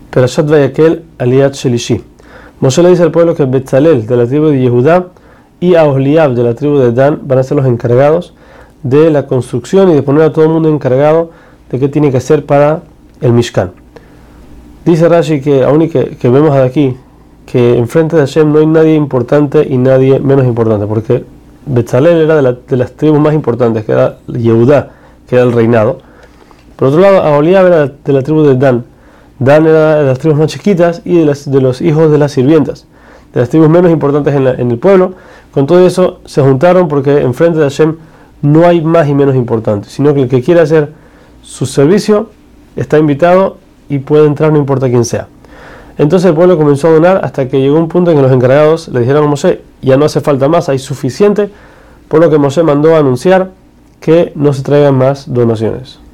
Perashat Vayakel Aliyat Shelishi. Moshe le dice al pueblo que Betzalel de la tribu de Yehudá y Aholiab de la tribu de Dan van a ser los encargados de la construcción y de poner a todo el mundo encargado de qué tiene que hacer para el Mishkan. Dice Rashi que aún que vemos aquí que enfrente de Hashem no hay nadie importante y nadie menos importante, porque Betzalel era de las tribus más importantes, que era Yehudá, que era el reinado. Por otro lado, Aholiab era de la tribu de Dan. Dan era de las tribus más chiquitas y de los hijos de las sirvientas, de las tribus menos importantes en el pueblo. Con todo eso se juntaron porque enfrente de Hashem no hay más y menos importantes, sino que el que quiera hacer su servicio está invitado y puede entrar no importa quién sea. Entonces el pueblo comenzó a donar hasta que llegó un punto en que los encargados le dijeron a Moshe, ya no hace falta más, hay suficiente, por lo que Moshe mandó a anunciar que no se traigan más donaciones.